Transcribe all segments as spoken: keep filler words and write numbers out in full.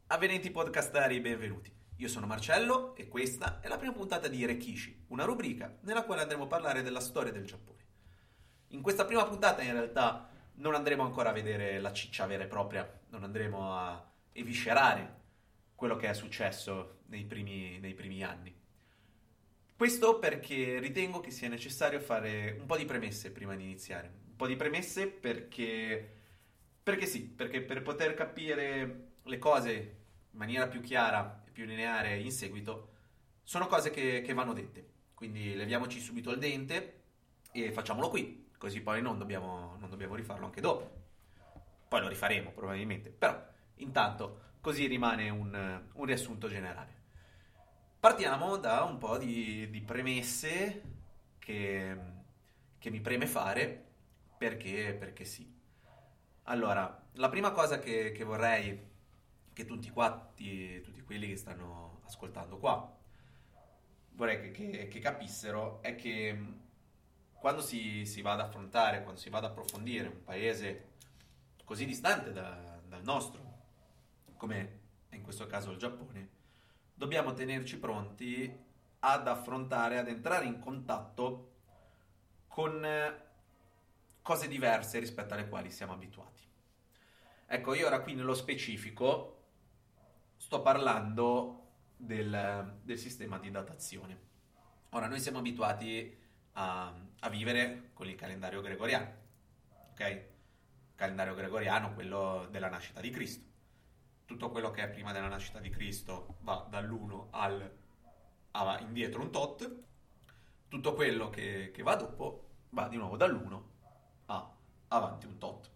Avvenenti podcastari, benvenuti. Io sono Marcello e questa è la prima puntata di Rekishi, una rubrica nella quale andremo a parlare della storia del Giappone. In questa prima puntata in realtà non andremo ancora a vedere la ciccia vera e propria, non andremo a eviscerare quello che è successo nei primi, nei primi anni. Questo perché ritengo che sia necessario fare un po' di premesse prima di iniziare. Un po' di premesse perché... Perché sì, perché per poter capire le cose in maniera più chiara e più lineare in seguito, sono cose che, che vanno dette. Quindi leviamoci subito il dente e facciamolo qui, così poi non dobbiamo, non dobbiamo rifarlo anche dopo. Poi lo rifaremo probabilmente, però intanto così rimane un, un riassunto generale. Partiamo da un po' di, di premesse che, che mi preme fare perché, perché sì. Allora, la prima cosa che, che vorrei che tutti quanti, tutti quelli che stanno ascoltando qua, vorrei che, che- che capissero è che mh, quando si, si va ad affrontare, quando si va ad approfondire un paese così distante da- dal nostro, come è in questo caso il Giappone, dobbiamo tenerci pronti ad affrontare, ad entrare in contatto con eh, cose diverse rispetto alle quali siamo abituati. Ecco, io ora qui nello specifico sto parlando del, del sistema di datazione. Ora, noi siamo abituati a, a vivere con il calendario gregoriano, ok? Calendario gregoriano, quello della nascita di Cristo. Tutto quello che è prima della nascita di Cristo va dall'uno al a- indietro un tot, tutto quello che, che va dopo va di nuovo dall'uno a avanti un tot.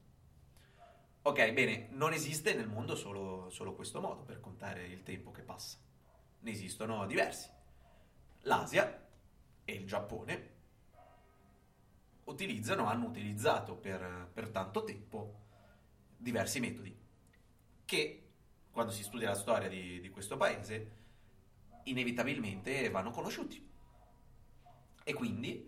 Ok, bene, non esiste nel mondo solo, solo questo modo per contare il tempo che passa. Ne esistono diversi. L'Asia e il Giappone utilizzano, hanno utilizzato per, per tanto tempo diversi metodi che, quando si studia la storia di, di questo paese, inevitabilmente vanno conosciuti. E quindi,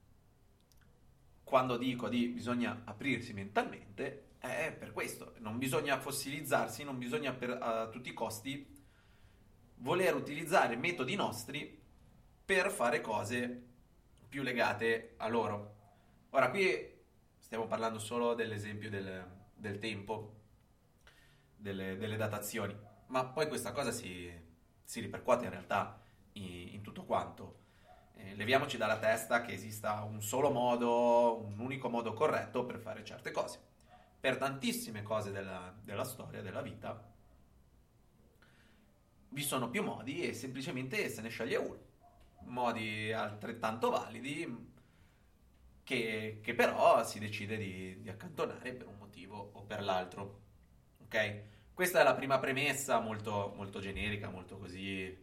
quando dico di bisogna aprirsi mentalmente, è per questo. Non bisogna fossilizzarsi, non bisogna per, a tutti i costi voler utilizzare metodi nostri per fare cose più legate a loro. Ora, qui stiamo parlando solo dell'esempio del, del tempo, delle, delle datazioni, ma poi questa cosa si, si ripercuote in realtà in, in tutto quanto. Eh, leviamoci dalla testa che esista un solo modo, un unico modo corretto per fare certe cose. Per tantissime cose della, della storia, della vita, vi sono più modi e semplicemente se ne sceglie uno. Modi altrettanto validi che, che però si decide di, di accantonare per un motivo o per l'altro. Ok? Questa è la prima premessa, molto, molto generica, molto così.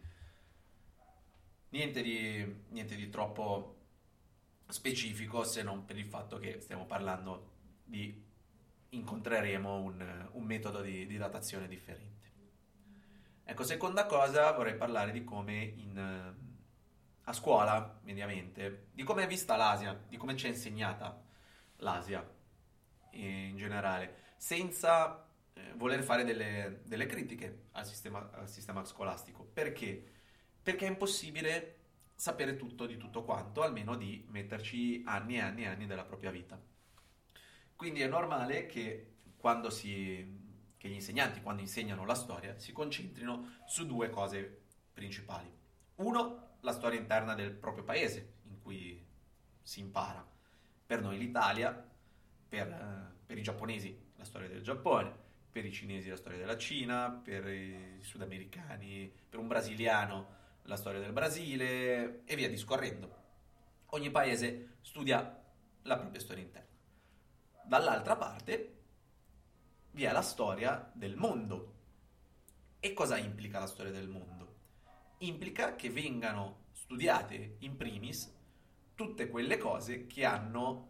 Niente di, niente di troppo specifico se non per il fatto che stiamo parlando di incontreremo un, un metodo di, di datazione differente. Ecco, seconda cosa, vorrei parlare di come in, eh, a scuola, mediamente, di come è vista l'Asia, di come ci è insegnata l'Asia eh, in generale, senza eh, voler fare delle, delle critiche al sistema, al sistema scolastico. Perché? Perché è impossibile sapere tutto di tutto quanto, almeno di metterci anni e anni e anni della propria vita. Quindi è normale che quando si che gli insegnanti, quando insegnano la storia, si concentrino su due cose principali. Uno, la storia interna del proprio paese in cui si impara. Per noi l'Italia, per, eh, per i giapponesi la storia del Giappone, per i cinesi la storia della Cina, per i sudamericani, per un brasiliano la storia del Brasile e via discorrendo. Ogni paese studia la propria storia interna. Dall'altra parte vi è la storia del mondo. E cosa implica la storia del mondo? Implica che vengano studiate in primis tutte quelle cose che hanno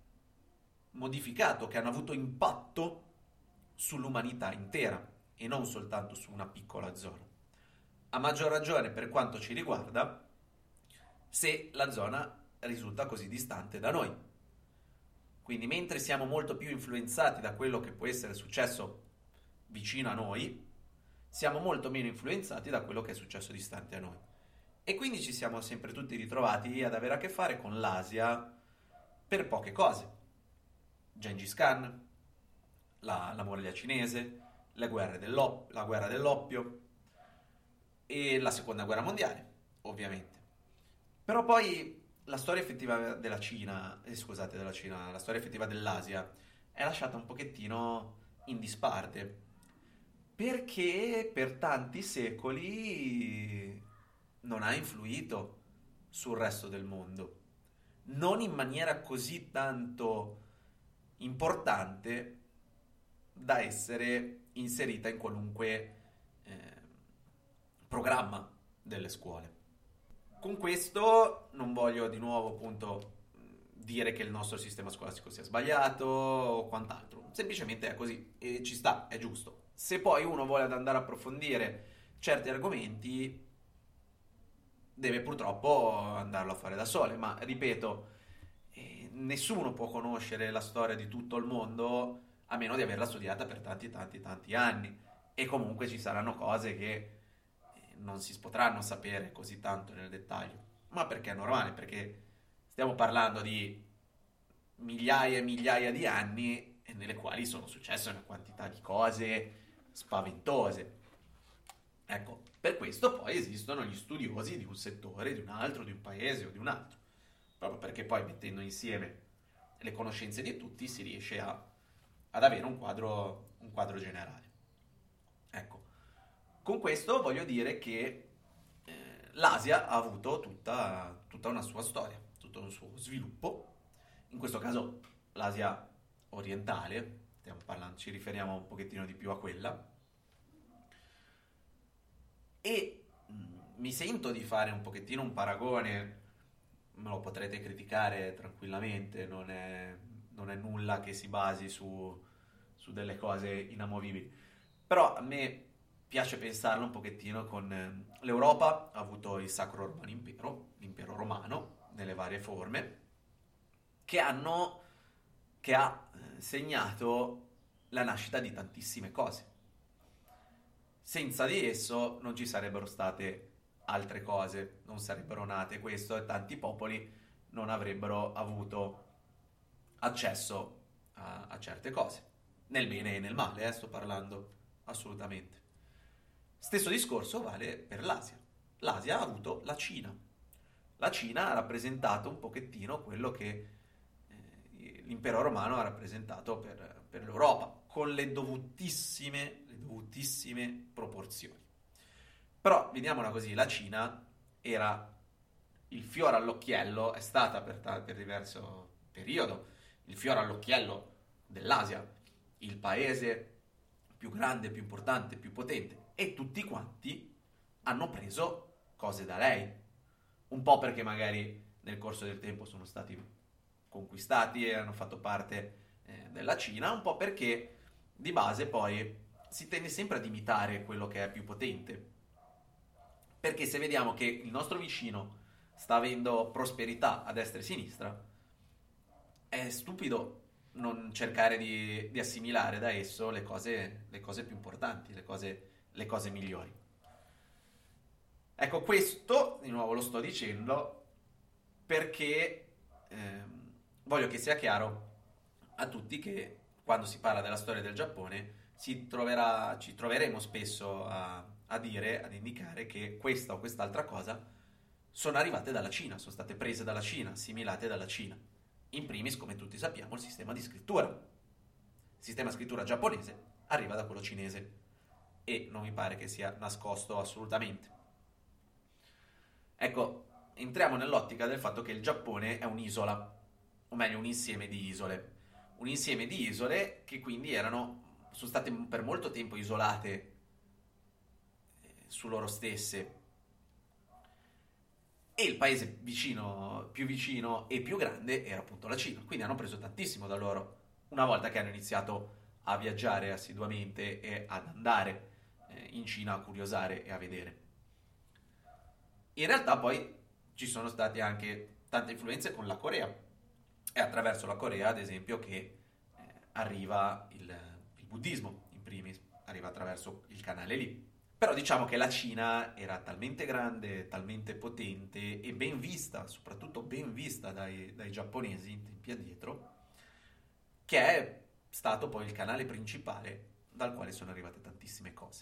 modificato, che hanno avuto impatto sull'umanità intera e non soltanto su una piccola zona. A maggior ragione per quanto ci riguarda, se la zona risulta così distante da noi. Quindi mentre siamo molto più influenzati da quello che può essere successo vicino a noi, siamo molto meno influenzati da quello che è successo distante a noi. E quindi ci siamo sempre tutti ritrovati ad avere a che fare con l'Asia per poche cose. Gengis Khan, la, la muraglia cinese, le guerre dell'op- la guerra dell'oppio e la seconda guerra mondiale, ovviamente. Però poi la storia effettiva della Cina, eh, scusate, della Cina, la storia effettiva dell'Asia è lasciata un pochettino in disparte, perché per tanti secoli non ha influito sul resto del mondo, non in maniera così tanto importante da essere inserita in qualunque eh, programma delle scuole. Con questo non voglio di nuovo appunto dire che il nostro sistema scolastico sia sbagliato o quant'altro, semplicemente è così e ci sta, è giusto. Se poi uno vuole andare a approfondire certi argomenti, deve purtroppo andarlo a fare da sole, ma ripeto, eh, nessuno può conoscere la storia di tutto il mondo a meno di averla studiata per tanti tanti tanti anni, e comunque ci saranno cose che eh, non si potranno sapere così tanto nel dettaglio, ma perché è normale, perché stiamo parlando di migliaia e migliaia di anni nelle quali sono successe una quantità di cose spaventose. Ecco, per questo poi esistono gli studiosi di un settore, di un altro, di un paese o di un altro, proprio perché poi mettendo insieme le conoscenze di tutti si riesce a, ad avere un quadro, un quadro generale. Ecco, con questo voglio dire che eh, l'Asia ha avuto tutta, tutta una sua storia, tutto un suo sviluppo, in questo caso l'Asia orientale, stiamo parlando, ci riferiamo un pochettino di più a quella, e mh, mi sento di fare un pochettino un paragone, me lo potrete criticare tranquillamente, non è, non è nulla che si basi su, su delle cose inamovibili, però a me piace pensarlo un pochettino con eh, l'Europa ha avuto il Sacro Romano Impero, l'impero romano, nelle varie forme, che hanno, che ha eh, segnato la nascita di tantissime cose. Senza di esso non ci sarebbero state altre cose, non sarebbero nate questo e tanti popoli non avrebbero avuto accesso a, a certe cose, nel bene e nel male, eh, sto parlando assolutamente. Stesso discorso vale per l'Asia. L'Asia ha avuto la Cina. La Cina ha rappresentato un pochettino quello che eh, l'impero romano ha rappresentato per, per l'Europa, con le dovutissime, le dovutissime proporzioni. Però, vediamola così, la Cina era il fiore all'occhiello, è stata per, ta- per diverso periodo il fiore all'occhiello dell'Asia, il paese più grande, più importante, più potente, e tutti quanti hanno preso cose da lei, un po' perché magari nel corso del tempo sono stati conquistati e hanno fatto parte eh, della Cina, un po' perché di base poi si tende sempre ad imitare quello che è più potente, perché se vediamo che il nostro vicino sta avendo prosperità a destra e a sinistra, è stupido non cercare di, di assimilare da esso le cose, le cose più importanti, le cose, le cose migliori. Ecco, questo di nuovo lo sto dicendo perché ehm, voglio che sia chiaro a tutti che quando si parla della storia del Giappone si troverà, ci troveremo spesso a, a dire, ad indicare che questa o quest'altra cosa sono arrivate dalla Cina, sono state prese dalla Cina, assimilate dalla Cina. In primis, come tutti sappiamo, il sistema di scrittura. Il sistema di scrittura giapponese arriva da quello cinese e non mi pare che sia nascosto assolutamente. Ecco, entriamo nell'ottica del fatto che il Giappone è un'isola, o meglio un insieme di isole. Un insieme di isole che quindi erano, sono state per molto tempo isolate eh, su loro stesse. E il paese vicino, più vicino e più grande era appunto la Cina. Quindi hanno preso tantissimo da loro una volta che hanno iniziato a viaggiare assiduamente e ad andare eh, in Cina a curiosare e a vedere. In realtà poi ci sono state anche tante influenze con la Corea. È attraverso la Corea, ad esempio, che eh, arriva il, il buddismo, in primis, arriva attraverso il canale lì. Però diciamo che la Cina era talmente grande, talmente potente e ben vista, soprattutto ben vista dai, dai giapponesi in tempi addietro, che è stato poi il canale principale dal quale sono arrivate tantissime cose.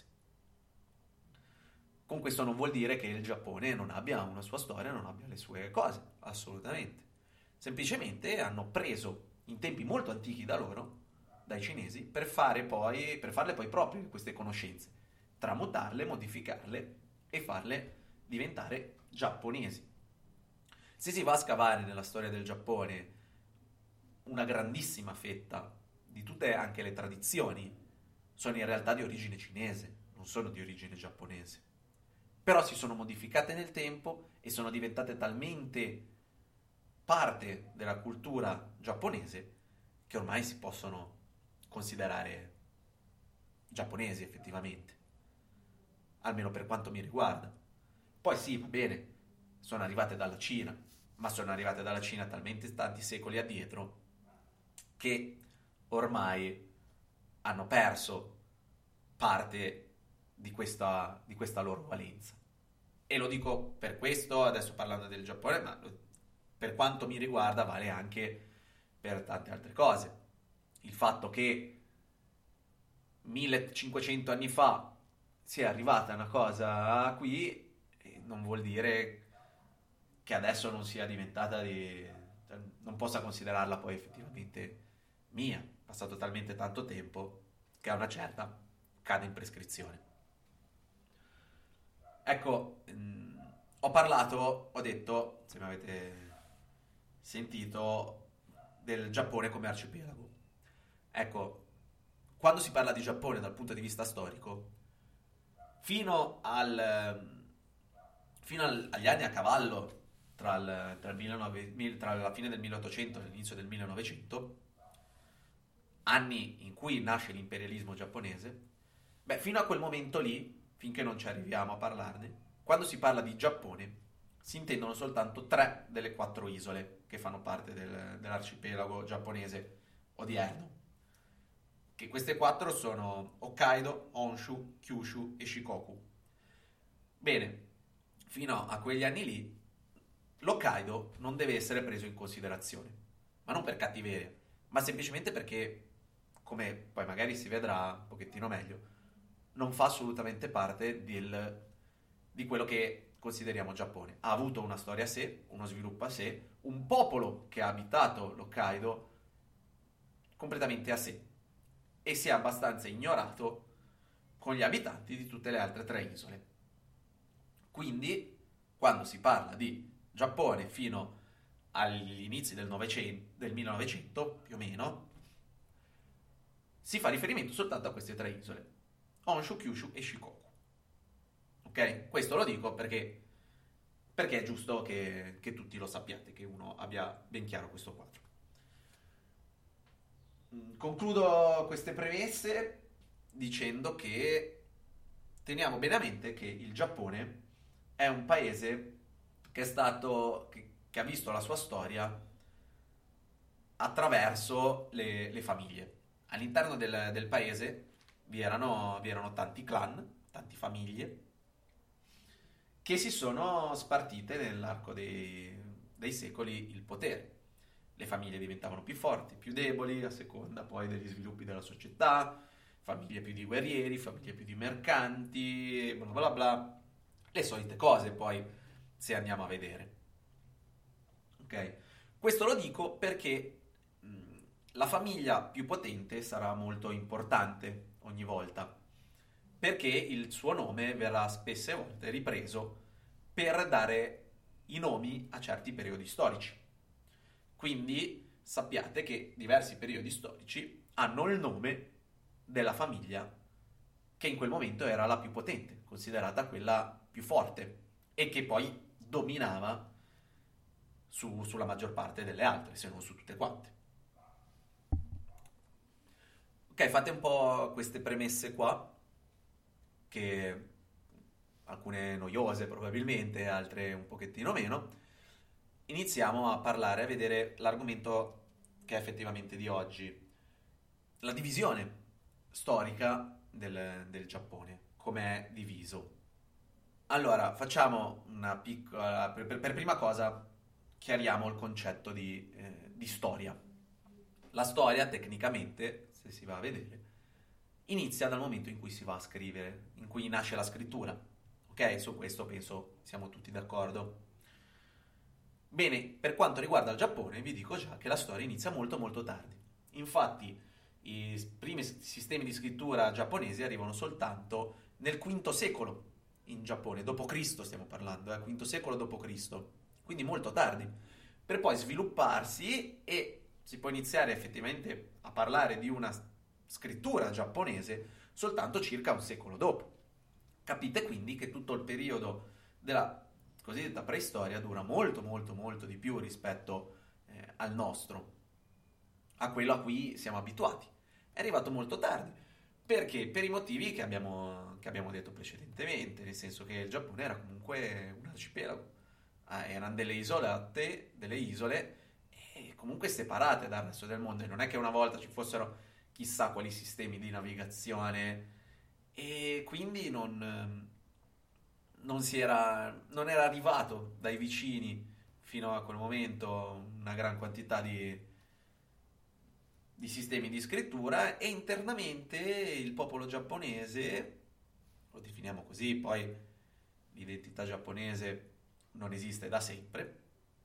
Con questo non vuol dire che il Giappone non abbia una sua storia, non abbia le sue cose, assolutamente. Semplicemente hanno preso in tempi molto antichi da loro, dai cinesi, per, fare poi, per farle poi proprie queste conoscenze, tramutarle, modificarle e farle diventare giapponesi. Se si va a scavare nella storia del Giappone una grandissima fetta di tutte anche le tradizioni sono in realtà di origine cinese, non sono di origine giapponese. Però si sono modificate nel tempo e sono diventate talmente parte della cultura giapponese che ormai si possono considerare giapponesi effettivamente, almeno per quanto mi riguarda. Poi sì, va bene, sono arrivate dalla Cina, ma sono arrivate dalla Cina talmente tanti secoli addietro che ormai hanno perso parte di questa, di questa loro valenza. E lo dico per questo, adesso parlando del Giappone, ma per quanto mi riguarda vale anche per tante altre cose. Il fatto che millecinquecento anni fa sia arrivata una cosa qui non vuol dire che adesso non sia diventata di... cioè, non possa considerarla poi effettivamente mia. È passato talmente tanto tempo che a una certa cade in prescrizione. Ecco, mh, ho parlato, ho detto, se mi avete sentito, del Giappone come arcipelago. Ecco, quando si parla di Giappone dal punto di vista storico, fino, al, fino al, agli anni a cavallo tra, il, tra, il millenovecento, tra la fine del milleottocento e l'inizio del millenovecento, anni in cui nasce l'imperialismo giapponese, beh, fino a quel momento lì, finché non ci arriviamo a parlarne, quando si parla di Giappone si intendono soltanto tre delle quattro isole che fanno parte del, dell'arcipelago giapponese odierno. Che queste quattro sono Hokkaido, Honshu, Kyushu e Shikoku. Bene, fino a quegli anni lì l'Hokkaido non deve essere preso in considerazione, ma non per cattiveria, ma semplicemente perché, come poi magari si vedrà un pochettino meglio, non fa assolutamente parte del, di quello che consideriamo Giappone. Ha avuto una storia a sé, uno sviluppo a sé, un popolo che ha abitato l'Hokkaido completamente a sé e si è abbastanza ignorato con gli abitanti di tutte le altre tre isole. Quindi, quando si parla di Giappone fino agli inizi del, novecento, del millenovecento, più o meno, si fa riferimento soltanto a queste tre isole. Honshu, Kyushu e Shikoku. Ok? Questo lo dico perché, perché è giusto che, che tutti lo sappiate, che uno abbia ben chiaro questo quadro. Concludo queste premesse dicendo che teniamo bene a mente che il Giappone è un paese che è stato, che, che ha visto la sua storia attraverso le, le famiglie. All'interno del, del paese Vi erano, vi erano tanti clan, tante famiglie, che si sono spartite nell'arco dei, dei secoli il potere. Le famiglie diventavano più forti, più deboli, a seconda poi degli sviluppi della società, famiglie più di guerrieri, famiglie più di mercanti, bla bla bla. Le solite cose poi, se andiamo a vedere. Ok? Questo lo dico perché mh, la famiglia più potente sarà molto importante ogni volta, perché il suo nome verrà spesse volte ripreso per dare i nomi a certi periodi storici. Quindi sappiate che diversi periodi storici hanno il nome della famiglia che in quel momento era la più potente, considerata quella più forte e che poi dominava su, sulla maggior parte delle altre, se non su tutte quante. Ok, fate un po' queste premesse qua, che alcune noiose probabilmente, altre un pochettino meno. Iniziamo a parlare, a vedere l'argomento che è effettivamente di oggi, la divisione storica del, del Giappone com'è diviso. Allora, facciamo una piccola... Per, per- per prima cosa, chiariamo il concetto di, eh, di storia. La storia, tecnicamente, se si va a vedere, inizia dal momento in cui si va a scrivere, in cui nasce la scrittura. Ok? Su questo penso siamo tutti d'accordo. Bene, per quanto riguarda il Giappone, vi dico già che la storia inizia molto molto tardi. Infatti, i primi sistemi di scrittura giapponesi arrivano soltanto nel quinto secolo in Giappone, dopo Cristo stiamo parlando, eh, quinto secolo dopo Cristo, quindi molto tardi, per poi svilupparsi e si può iniziare effettivamente a parlare di una scrittura giapponese soltanto circa un secolo dopo. Capite quindi che tutto il periodo della cosiddetta preistoria dura molto molto molto di più rispetto eh, al nostro, a quello a cui siamo abituati. È arrivato molto tardi. Perché? Per i motivi che abbiamo, che abbiamo detto precedentemente, nel senso che il Giappone era comunque un arcipelago, ah, erano delle isolate, delle isole, e comunque separate dal resto del mondo, e non è che una volta ci fossero chissà quali sistemi di navigazione, e quindi non, non si era, non era arrivato dai vicini fino a quel momento una gran quantità di di sistemi di scrittura, e internamente il popolo giapponese, lo definiamo così, poi l'identità giapponese non esiste da sempre,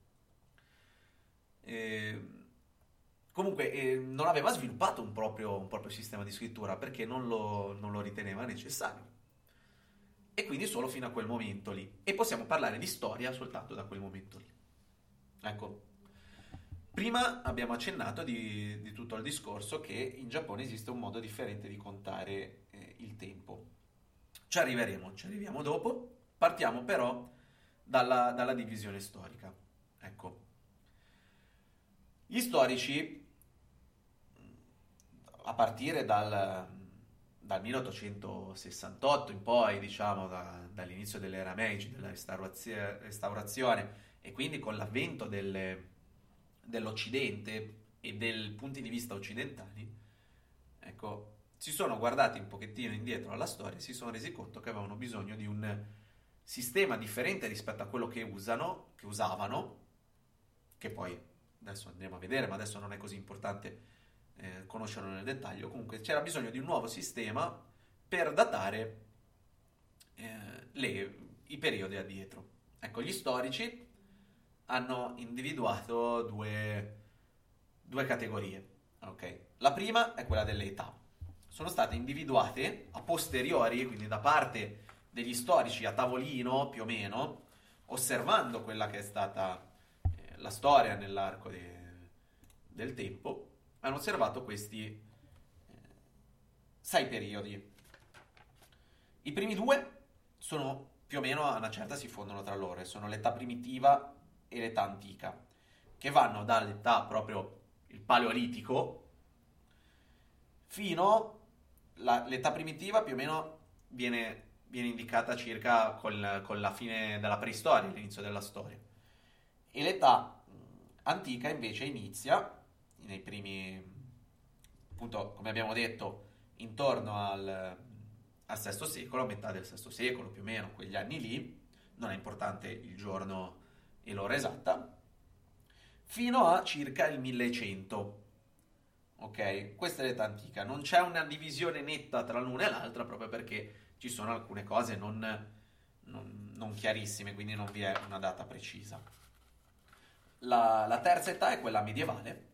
eh, comunque eh, non aveva sviluppato un proprio, un proprio sistema di scrittura perché non lo, non lo riteneva necessario. E quindi solo fino a quel momento lì. E possiamo parlare di storia soltanto da quel momento lì. Ecco. Prima abbiamo accennato di, di tutto il discorso che in Giappone esiste un modo differente di contare eh, il tempo. Ci arriveremo, ci arriviamo dopo. Partiamo però dalla, dalla divisione storica. Ecco. Gli storici, a partire dal, dal milleottocentosessantotto in poi, diciamo, da, dall'inizio dell'era Meiji, della restaurazio- restaurazione, e quindi con l'avvento delle dell'Occidente e dei punti di vista occidentali, ecco, si sono guardati un pochettino indietro alla storia e si sono resi conto che avevano bisogno di un sistema differente rispetto a quello che usano, che usavano, che poi adesso andremo a vedere, ma adesso non è così importante eh, conoscerlo nel dettaglio. Comunque c'era bisogno di un nuovo sistema per datare eh, le, i periodi addietro. Ecco, gli storici hanno individuato due, due categorie. Ok? La prima è quella delle età. Sono state individuate a posteriori, quindi da parte degli storici a tavolino più o meno, osservando quella che è stata eh, la storia nell'arco de- del tempo, hanno osservato questi eh, sei periodi. I primi due sono più o meno a una certa si fondono tra loro, e sono l'età primitiva e l'età antica, che vanno dall'età proprio il paleolitico fino all'età primitiva, più o meno viene, viene indicata circa col, con la fine della preistoria, l'inizio della storia, e l'età antica invece inizia nei primi, appunto, come abbiamo detto, intorno al, al sesto secolo, a metà del sesto secolo più o meno, quegli anni lì, non è importante il giorno e l'ora esatta, fino a circa il millecento. Ok? Questa è l'età antica. Non c'è una divisione netta tra l'una e l'altra proprio perché ci sono alcune cose non, non, non chiarissime, quindi non vi è una data precisa. La, la terza età è quella medievale.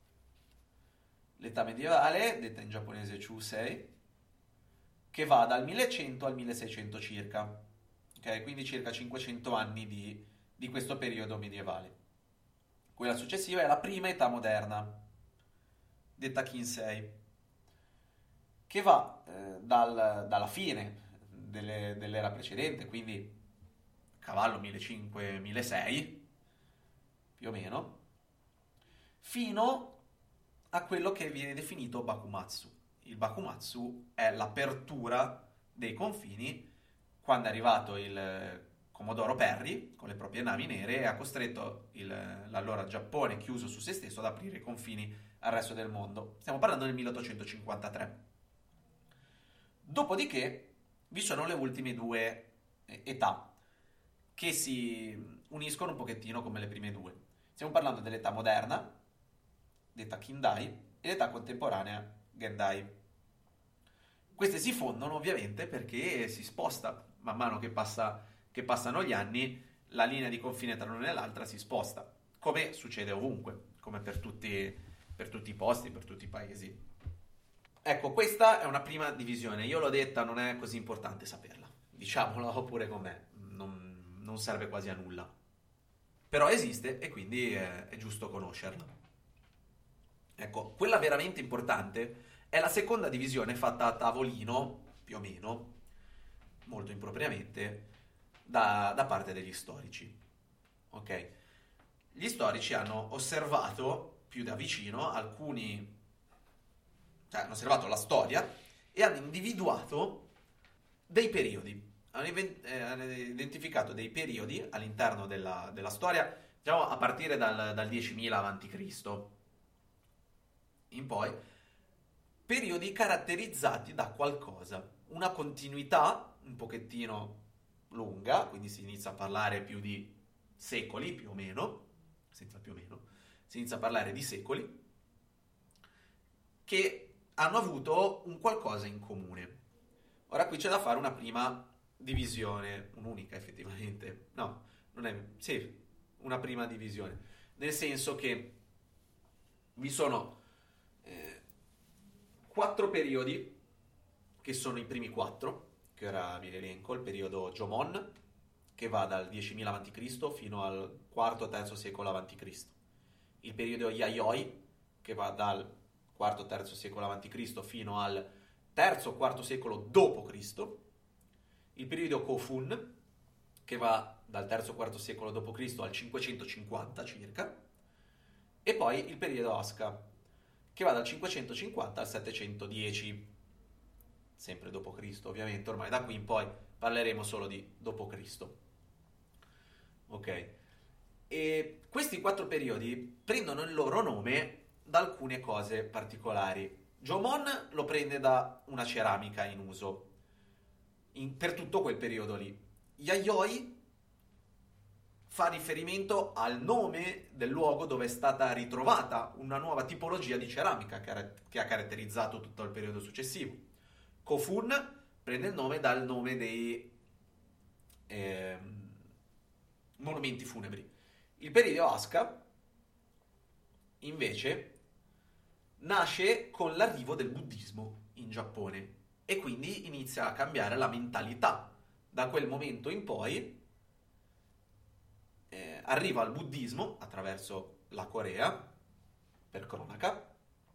L'età medievale, detta in giapponese Chusei, che va dal millecento al milleseicento circa. Ok? Quindi circa cinquecento anni di di questo periodo medievale. Quella successiva è la prima età moderna, detta Kinsei, che va eh, dal, dalla fine delle, dell'era precedente, quindi cavallo millecinquecento milleseicento, più o meno, fino a quello che viene definito Bakumatsu. Il Bakumatsu è l'apertura dei confini quando è arrivato il Commodoro Perry con le proprie navi nere e ha costretto il, l'allora Giappone chiuso su se stesso ad aprire i confini al resto del mondo. Stiamo parlando del milleottocentocinquantatré. Dopodiché vi sono le ultime due eh, età che si uniscono un pochettino come le prime due. Stiamo parlando dell'età moderna, detta Kindai, e l'età contemporanea Gendai. Queste si fondono ovviamente perché si sposta man mano che, passa, che passano gli anni, la linea di confine tra l'una e l'altra si sposta, come succede ovunque, come per tutti, per tutti i posti, per tutti i paesi. Ecco, questa è una prima divisione. Io l'ho detta, non è così importante saperla. Diciamolo oppure com'è, non, non serve quasi a nulla. Però esiste e quindi è, è giusto conoscerla. Ecco, quella veramente importante è la seconda divisione fatta a tavolino, più o meno, molto impropriamente, da, da parte degli storici. Ok? Gli storici hanno osservato più da vicino alcuni... cioè hanno osservato la storia e hanno individuato dei periodi. Hanno, invent- eh, hanno identificato dei periodi all'interno della, della storia, diciamo a partire dal, dal diecimila avanti Cristo in poi, periodi caratterizzati da qualcosa, una continuità un pochettino lunga, quindi si inizia a parlare più di secoli, più o meno, senza più o meno, si inizia a parlare di secoli, che hanno avuto un qualcosa in comune. Ora qui c'è da fare una prima divisione, un'unica effettivamente, no, non è, sì, una prima divisione, nel senso che vi sono eh, quattro periodi, che sono i primi quattro, che ora vi elenco: il periodo Jomon, che va dal diecimila avanti Cristo fino al quarto terzo secolo avanti Cristo, il periodo Yayoi, che va dal quarto terzo secolo avanti Cristo fino al terzo quarto secolo dopo Cristo, il periodo Kofun, che va dal terzo quarto secolo dopo Cristo al cinquecentocinquanta circa, e poi il periodo Asuka, che va dal cinquecentocinquanta al settecentodieci, sempre dopo Cristo ovviamente. Ormai da qui in poi parleremo solo di dopo Cristo. Ok, e questi quattro periodi prendono il loro nome da alcune cose particolari. Jomon lo prende da una ceramica in uso in, per tutto quel periodo lì. Yayoi fa riferimento al nome del luogo dove è stata ritrovata una nuova tipologia di ceramica che ha caratterizzato tutto il periodo successivo. Kofun prende il nome dal nome dei eh, monumenti funebri. Il periodo Asuka invece nasce con l'arrivo del buddismo in Giappone e quindi inizia a cambiare la mentalità. Da quel momento in poi eh, arriva il buddismo attraverso la Corea, per cronaca,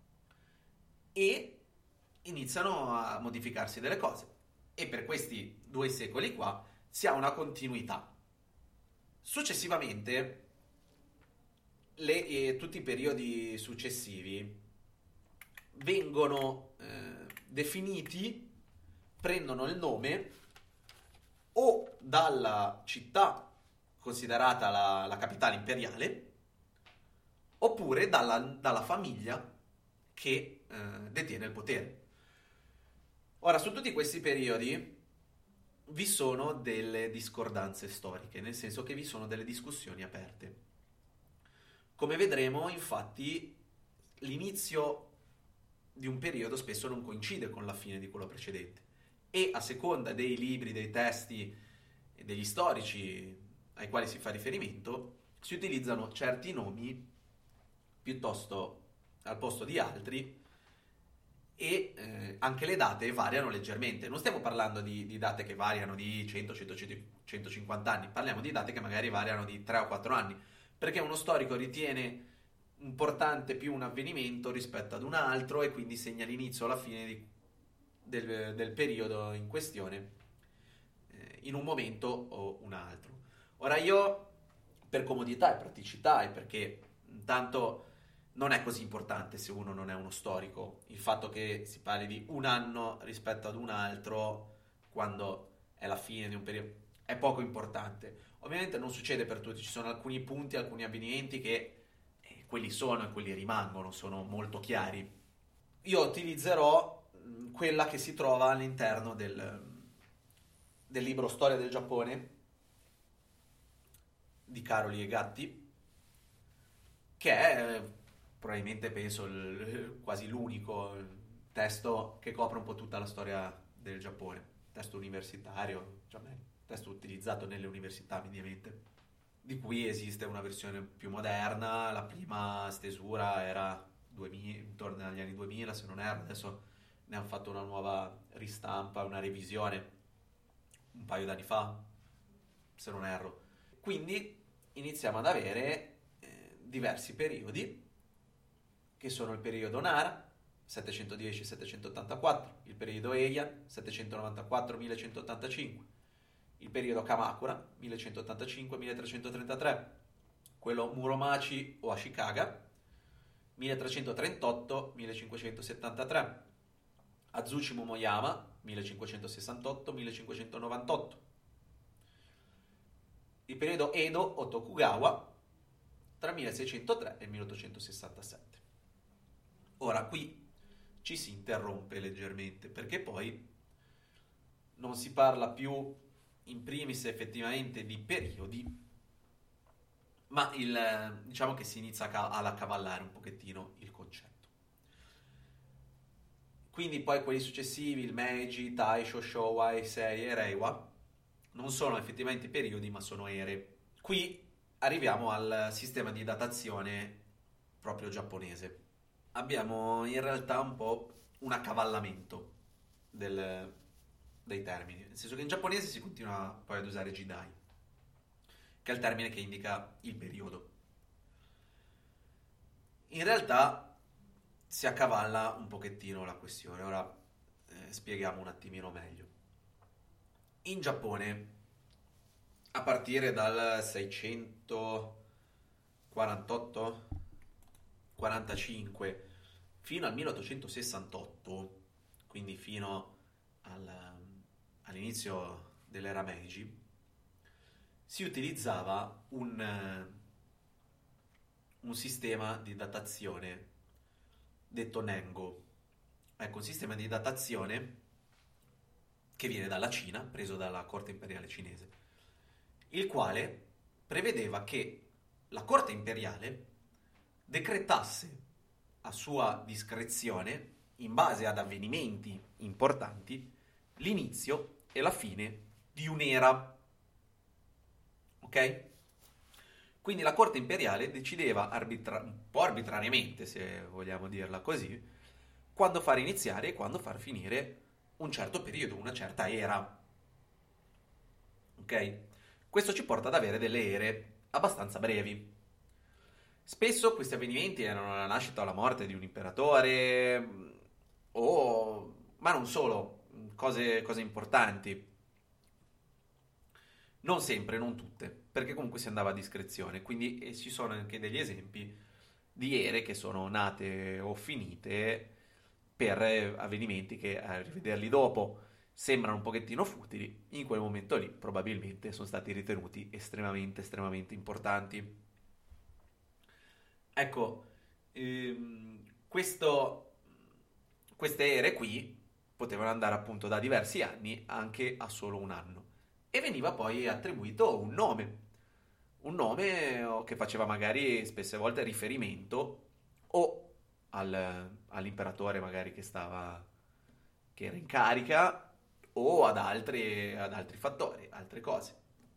e iniziano a modificarsi delle cose. E per questi due secoli qua si ha una continuità. Successivamente, le, eh, tutti i periodi successivi vengono eh, definiti, prendono il nome o dalla città considerata la, la capitale imperiale, oppure dalla, dalla famiglia che eh, detiene il potere. Ora, su tutti questi periodi vi sono delle discordanze storiche, nel senso che vi sono delle discussioni aperte. Come vedremo, infatti, l'inizio di un periodo spesso non coincide con la fine di quello precedente e a seconda dei libri, dei testi e degli storici ai quali si fa riferimento, si utilizzano certi nomi piuttosto al posto di altri e eh, anche le date variano leggermente. Non stiamo parlando di, di date che variano di cento, cento, centocinquanta anni, parliamo di date che magari variano di tre o quattro anni, perché uno storico ritiene importante più un avvenimento rispetto ad un altro e quindi segna l'inizio o la fine di, del, del periodo in questione eh, in un momento o un altro. Ora io, per comodità e praticità, e perché intanto non è così importante se uno non è uno storico, il fatto che si parli di un anno rispetto ad un altro quando è la fine di un periodo è poco importante. Ovviamente non succede per tutti, ci sono alcuni punti, alcuni avvenimenti che eh, quelli sono e quelli rimangono, sono molto chiari. Io utilizzerò mh, quella che si trova all'interno del, del libro Storia del Giappone di Caroli e Gatti, che è probabilmente penso il- quasi l'unico testo che copre un po' tutta la storia del Giappone, testo universitario, cioè testo utilizzato nelle università mediamente, di cui esiste una versione più moderna. La prima stesura era duemila, intorno agli anni duemila se non erro, adesso ne hanno fatto una nuova ristampa, una revisione un paio d'anni fa, se non erro. Quindi iniziamo ad avere eh, diversi periodi, che sono il periodo Nara, settecentodieci settecentottantaquattro, il periodo Heian, settecentonovantaquattro millecentottantacinque, il periodo Kamakura, millecentottantacinque milletrecentotrentatré, quello Muromachi o Ashikaga, milletrecentotrentotto millecinquecentosettantatré, Azuchi Momoyama, millecinquecentosessantotto millecinquecentonovantotto, il periodo Edo o Tokugawa, tra milleseicentotre e milleottocentosessantasette. Ora, qui ci si interrompe leggermente, perché poi non si parla più in primis effettivamente di periodi, ma il, diciamo che si inizia a ca- ad accavallare un pochettino il concetto. Quindi poi quelli successivi, il Meiji, Taisho, Showa, Heisei e Reiwa, non sono effettivamente periodi, ma sono ere. Qui arriviamo al sistema di datazione proprio giapponese. Abbiamo in realtà un po' un accavallamento del- dei termini, nel senso che in giapponese si continua poi ad usare Jidai, che è il termine che indica il periodo. In realtà si accavalla un pochettino la questione, ora eh, spieghiamo un attimino meglio. In Giappone, a partire dal seicentoquarantotto quarantacinque fino al milleottocentosessantotto, quindi fino al- all'inizio dell'era Meiji, si utilizzava un, eh, un sistema di datazione detto Nengo. Ecco, un sistema di datazione che viene dalla Cina, preso dalla corte imperiale cinese, il quale prevedeva che la corte imperiale decretasse a sua discrezione, in base ad avvenimenti importanti, l'inizio e la fine di un'era. Ok? Quindi la corte imperiale decideva arbitra- un po' arbitrariamente, se vogliamo dirla così, quando far iniziare e quando far finire un certo periodo, una certa era. Ok? Questo ci porta ad avere delle ere abbastanza brevi. Spesso questi avvenimenti erano la nascita o la morte di un imperatore, mh, o, ma non solo, mh, cose, cose importanti. Non sempre, non tutte, perché comunque si andava a discrezione, quindi eh, ci sono anche degli esempi di ere che sono nate o finite per eh, avvenimenti che a rivederli dopo sembrano un pochettino futili, in quel momento lì probabilmente sono stati ritenuti estremamente, estremamente importanti. Ecco, ehm, questo, queste ere qui potevano andare appunto da diversi anni anche a solo un anno e veniva poi attribuito un nome, un nome oh, che faceva magari spesse volte riferimento o al- all'imperatore magari che stava, che era in carica o ad altri, ad altri fattori, altre cose.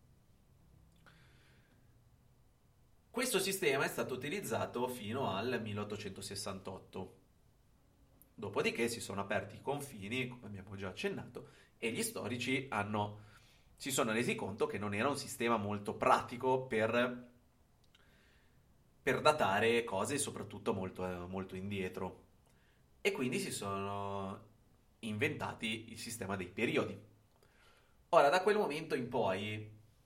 Questo sistema è stato utilizzato fino al milleottocentosessantotto. Dopodiché si sono aperti i confini, come abbiamo già accennato, e gli storici hanno, si sono resi conto che non era un sistema molto pratico per, per datare cose, soprattutto molto, eh, molto indietro. E quindi si sono inventati il sistema dei periodi. Ora, da quel momento in poi,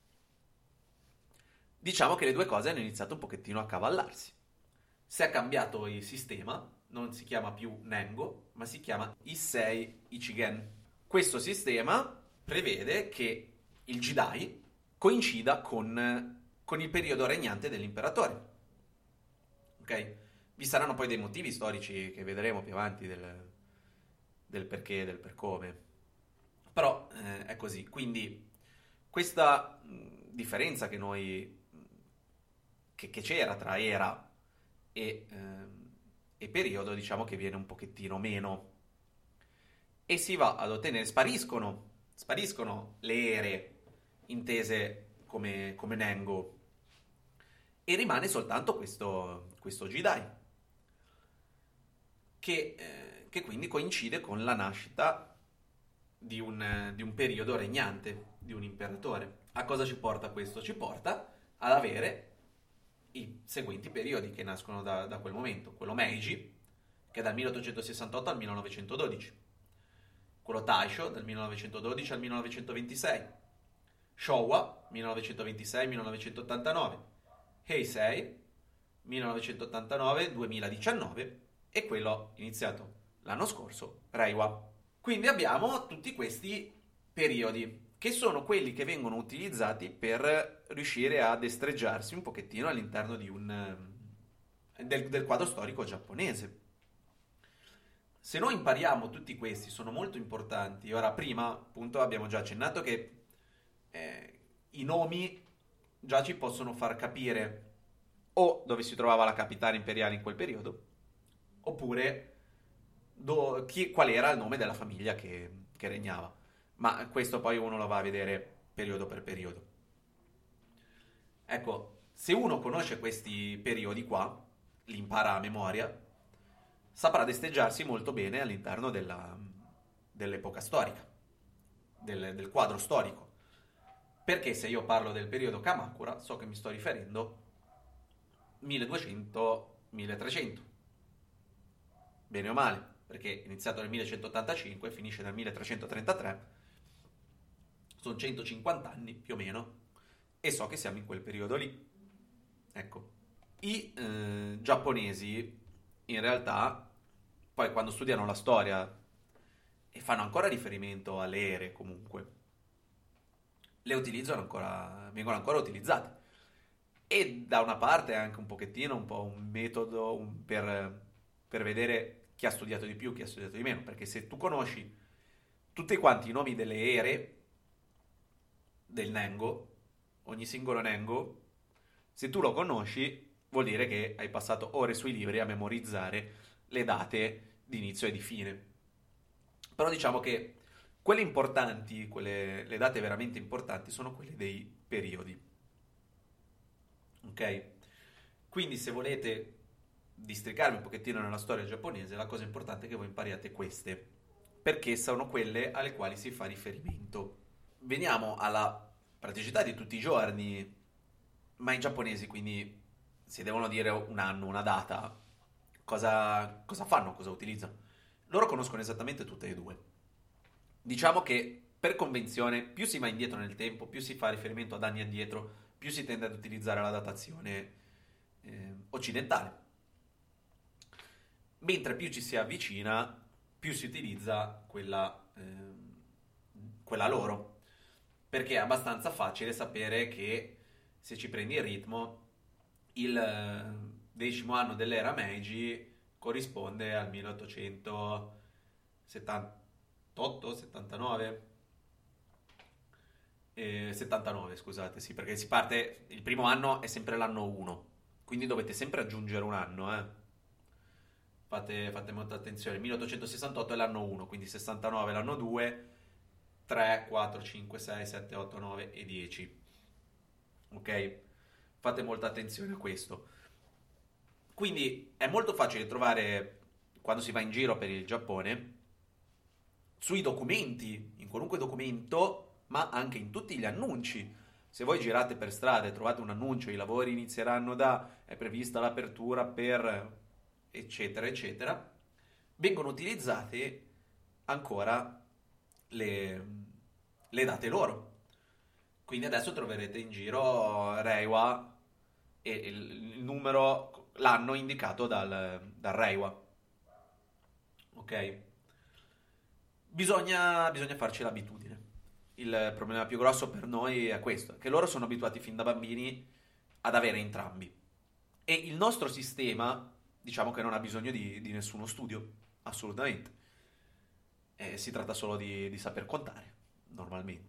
diciamo che le due cose hanno iniziato un pochettino a cavallarsi. Si è cambiato il sistema, non si chiama più Nengo, ma si chiama Issei Ichigen. Questo sistema prevede che il Jidai coincida con, con il periodo regnante dell'imperatore. Ok? Vi saranno poi dei motivi storici che vedremo più avanti del, del perché e del per come. Però eh, è così. Quindi questa mh, differenza che noi che, che c'era tra era e, ehm, e periodo, diciamo che viene un pochettino meno e si va ad ottenere, spariscono, spariscono le ere intese come, come Nengo e rimane soltanto questo, questo Jidai che, eh, che quindi coincide con la nascita di un, di un periodo regnante, di un imperatore. A cosa ci porta questo? Ci porta ad avere i seguenti periodi che nascono da, da quel momento. Quello Meiji, che è dal milleottocentosessantotto al millenovecentododici. Quello Taisho, dal millenovecentododici al millenovecentoventisei. Showa, millenovecentoventisei millenovecentottantanove. Heisei, millenovecentottantanove duemiladiciannove. E quello iniziato l'anno scorso, Reiwa. Quindi abbiamo tutti questi periodi, che sono quelli che vengono utilizzati per riuscire a destreggiarsi un pochettino all'interno di un, del, del quadro storico giapponese. Se noi impariamo tutti questi, sono molto importanti. Ora, prima, appunto, abbiamo già accennato che eh, i nomi già ci possono far capire o dove si trovava la capitale imperiale in quel periodo, oppure do, chi, qual era il nome della famiglia che, che regnava. Ma questo poi uno lo va a vedere periodo per periodo. Ecco, se uno conosce questi periodi qua, li impara a memoria, saprà desteggiarsi molto bene all'interno della, dell'epoca storica, del, del quadro storico. Perché se io parlo del periodo Kamakura, so che mi sto riferendo milleduecento milletrecento. Bene o male, perché è iniziato nel millecentottantacinque e finisce nel milletrecentotrentatré. Sono centocinquanta anni più o meno e so che siamo in quel periodo lì. Ecco, i eh, giapponesi in realtà poi quando studiano la storia e fanno ancora riferimento alle ere comunque, le utilizzano ancora, vengono ancora utilizzate. E da una parte è anche un pochettino un po' un metodo un, per, per vedere chi ha studiato di più, chi ha studiato di meno, perché se tu conosci tutti quanti i nomi delle ere del Nengo, ogni singolo Nengo, se tu lo conosci vuol dire che hai passato ore sui libri a memorizzare le date di inizio e di fine. Però diciamo che quelle importanti, quelle, le date veramente importanti sono quelle dei periodi. Ok? Quindi se volete districarvi un pochettino nella storia giapponese, la cosa importante è che voi impariate queste, perché sono quelle alle quali si fa riferimento. Veniamo alla praticità di tutti i giorni, ma i giapponesi quindi se devono dire un anno, una data, cosa, cosa fanno, cosa utilizzano? Loro conoscono esattamente tutte e due. Diciamo che per convenzione più si va indietro nel tempo, più si fa riferimento ad anni addietro, più si tende ad utilizzare la datazione eh, occidentale. Mentre più ci si avvicina, più si utilizza quella, eh, quella loro. Perché è abbastanza facile sapere che se ci prendi il ritmo, il eh, decimo anno dell'era Meiji corrisponde al milleottocentosettantotto settantanove eh, settantanove, scusate, sì, perché si parte, il primo anno è sempre l'anno uno, quindi dovete sempre aggiungere un anno, eh. Fate, fate molta attenzione, milleottocentosessantotto è l'anno uno, quindi sessantanove è l'anno due, tre, quattro, cinque, sei, sette, otto, nove e dieci. Ok? Fate molta attenzione a questo. Quindi è molto facile trovare, quando si va in giro per il Giappone, sui documenti, in qualunque documento, ma anche in tutti gli annunci. Se voi girate per strada e trovate un annuncio, i lavori inizieranno da, è prevista l'apertura per, eccetera, eccetera, vengono utilizzate ancora le, le date loro. Quindi adesso troverete in giro Reiwa e il, il numero, l'anno indicato dal, dal Reiwa. Ok? Bisogna, bisogna farci l'abitudine. Il problema più grosso per noi è questo, che loro sono abituati fin da bambini ad avere entrambi. E il nostro sistema, diciamo che non ha bisogno di, di nessuno studio, assolutamente. Eh, si tratta solo di, di saper contare. normalmente.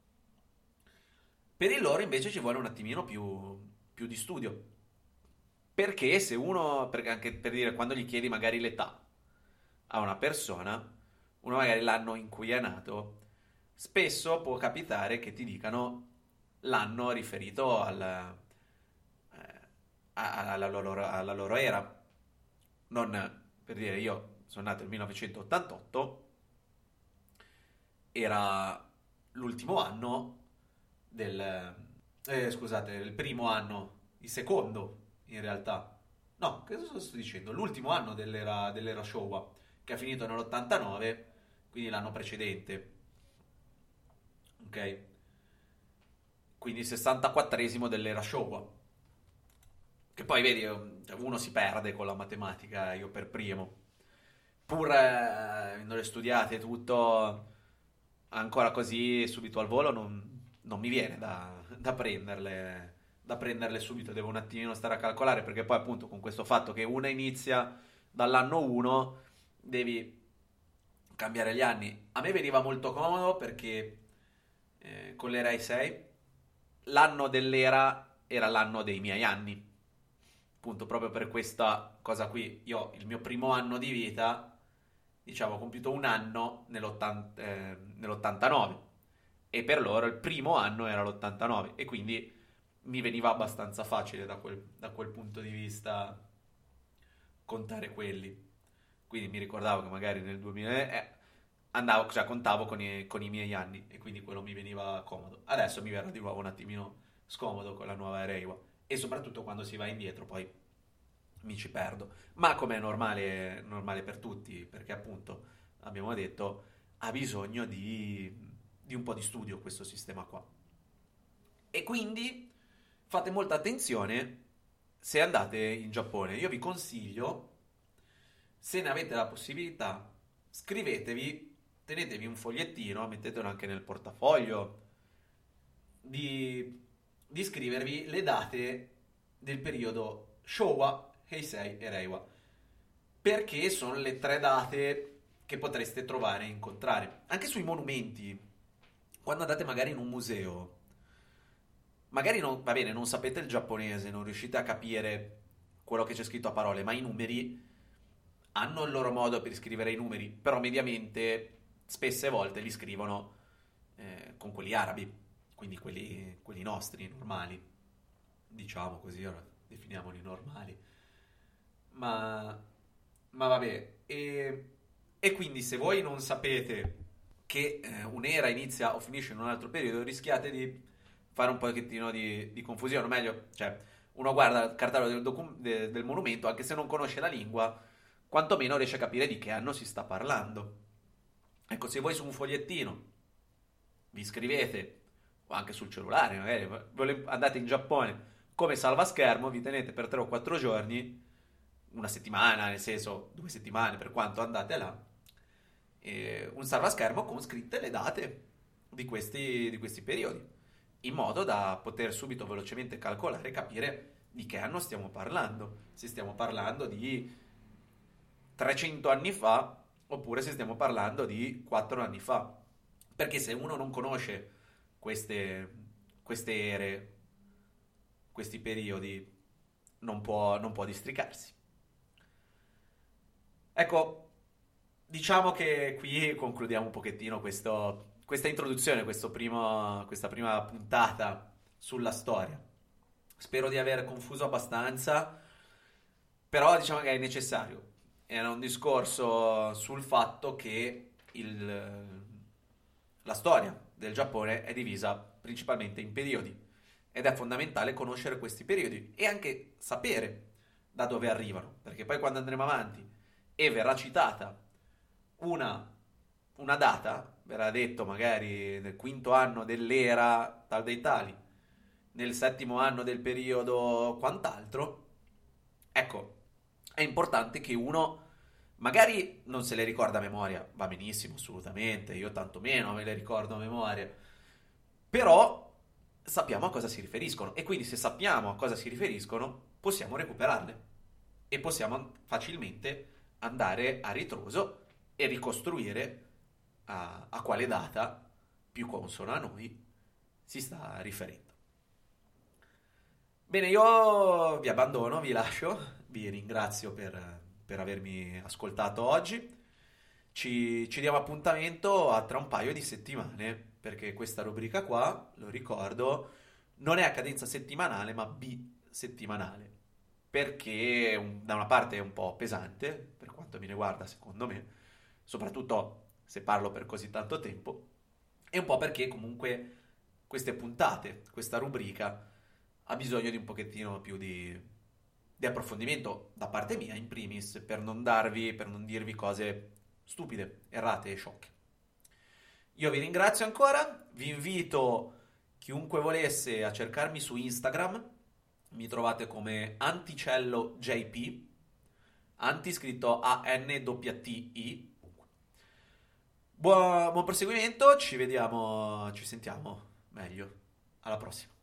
Per il loro invece ci vuole un attimino più, più di studio. Perché se uno, perché anche per dire, quando gli chiedi magari l'età a una persona, uno magari l'anno in cui è nato, spesso può capitare che ti dicano l'anno riferito al, eh, a- alla loro, alla loro era. Non, per dire, io sono nato nel millenovecentottantotto, era l'ultimo anno del... eh, scusate, il primo anno, il secondo in realtà. No, che cosa sto dicendo? L'ultimo anno dell'era, dell'era Showa, che è finito nell'ottantanove, quindi l'anno precedente. Ok? Quindi il sessantaquattresimo dell'era Showa. Che poi vedi, cioè, uno si perde con la matematica, io per primo. Pur eh, avendole studiate e tutto, ancora così subito al volo non, non mi viene da, da prenderle, da prenderle subito. Devo un attimino stare a calcolare perché poi appunto con questo fatto che una inizia dall'anno uno devi cambiare gli anni. A me veniva molto comodo perché eh, con l'era i sei l'anno dell'era era l'anno dei miei anni. Appunto, proprio per questa cosa qui, io il mio primo anno di vita, diciamo, ho compiuto un anno nell'ottanta eh, nell'ottantanove e per loro il primo anno era l'ottantanove e quindi mi veniva abbastanza facile da quel, da quel punto di vista contare quelli. Quindi mi ricordavo che magari nel duemila eh, andavo, cioè contavo con i, con i miei anni e quindi quello mi veniva comodo. Adesso mi verrà di nuovo un attimino scomodo con la nuova Reiwa e soprattutto quando si va indietro poi mi ci perdo. Ma come è normale, normale per tutti, perché appunto abbiamo detto ha bisogno di, di un po' di studio questo sistema qua. E quindi fate molta attenzione se andate in Giappone. Io vi consiglio, se ne avete la possibilità, scrivetevi, tenetevi un fogliettino, mettetelo anche nel portafoglio, di, di scrivervi le date del periodo Showa, Heisei e Reiwa, perché sono le tre date che potreste trovare e incontrare. Anche sui monumenti, quando andate magari in un museo, magari non, va bene, non sapete il giapponese, non riuscite a capire quello che c'è scritto a parole, ma i numeri hanno il loro modo per scrivere i numeri, però mediamente spesse volte li scrivono eh, con quelli arabi, quindi quelli, quelli nostri, normali, diciamo così, ora definiamoli normali. Ma, ma vabbè, e, e quindi se voi non sapete che eh, un'era inizia o finisce in un altro periodo, rischiate di fare un pochettino di, di confusione, o meglio, cioè uno guarda il cartello del, docu- de- del monumento, anche se non conosce la lingua, quantomeno riesce a capire di che anno si sta parlando. Ecco, se voi su un fogliettino vi scrivete, o anche sul cellulare, magari vole- andate in Giappone come salvaschermo, vi tenete per tre o quattro giorni, una settimana, nel senso due settimane per quanto andate là, e un salvaschermo con scritte le date di questi, di questi periodi, in modo da poter subito velocemente calcolare e capire di che anno stiamo parlando. Se stiamo parlando di trecento anni fa oppure se stiamo parlando di quattro anni fa. Perché se uno non conosce queste, queste ere, questi periodi, non può, non può districarsi. Ecco, diciamo che qui concludiamo un pochettino questo- questa introduzione, questo primo- questa prima puntata sulla storia. Spero di aver confuso abbastanza, però diciamo che è necessario. Era un discorso sul fatto che il- la storia del Giappone è divisa principalmente in periodi ed è fondamentale conoscere questi periodi e anche sapere da dove arrivano, perché poi quando andremo avanti e verrà citata una, una data, verrà detto magari nel quinto anno dell'era tal dei tali, nel settimo anno del periodo quant'altro, ecco, è importante che uno magari non se le ricorda a memoria, va benissimo, assolutamente, io tanto meno me le ricordo a memoria, però sappiamo a cosa si riferiscono e quindi se sappiamo a cosa si riferiscono possiamo recuperarle e possiamo facilmente andare a ritroso e ricostruire a, a quale data più consono a noi si sta riferendo. Bene, io vi abbandono, vi lascio, vi ringrazio per, per avermi ascoltato oggi. Ci, ci diamo appuntamento a tra un paio di settimane, perché questa rubrica qua, lo ricordo, non è a cadenza settimanale, ma bisettimanale. Perché un- da una parte è un po' pesante, per quanto mi riguarda, secondo me, soprattutto se parlo per così tanto tempo, e un po' perché comunque queste puntate, questa rubrica, ha bisogno di un pochettino più di, di approfondimento da parte mia, in primis, per non darvi, per non dirvi cose stupide, errate e sciocche. Io vi ringrazio ancora, vi invito chiunque volesse a cercarmi su Instagram, mi trovate come Anticello J P, Anti scritto A N T T I. Buon, buon proseguimento, ci vediamo, ci sentiamo meglio. Alla prossima.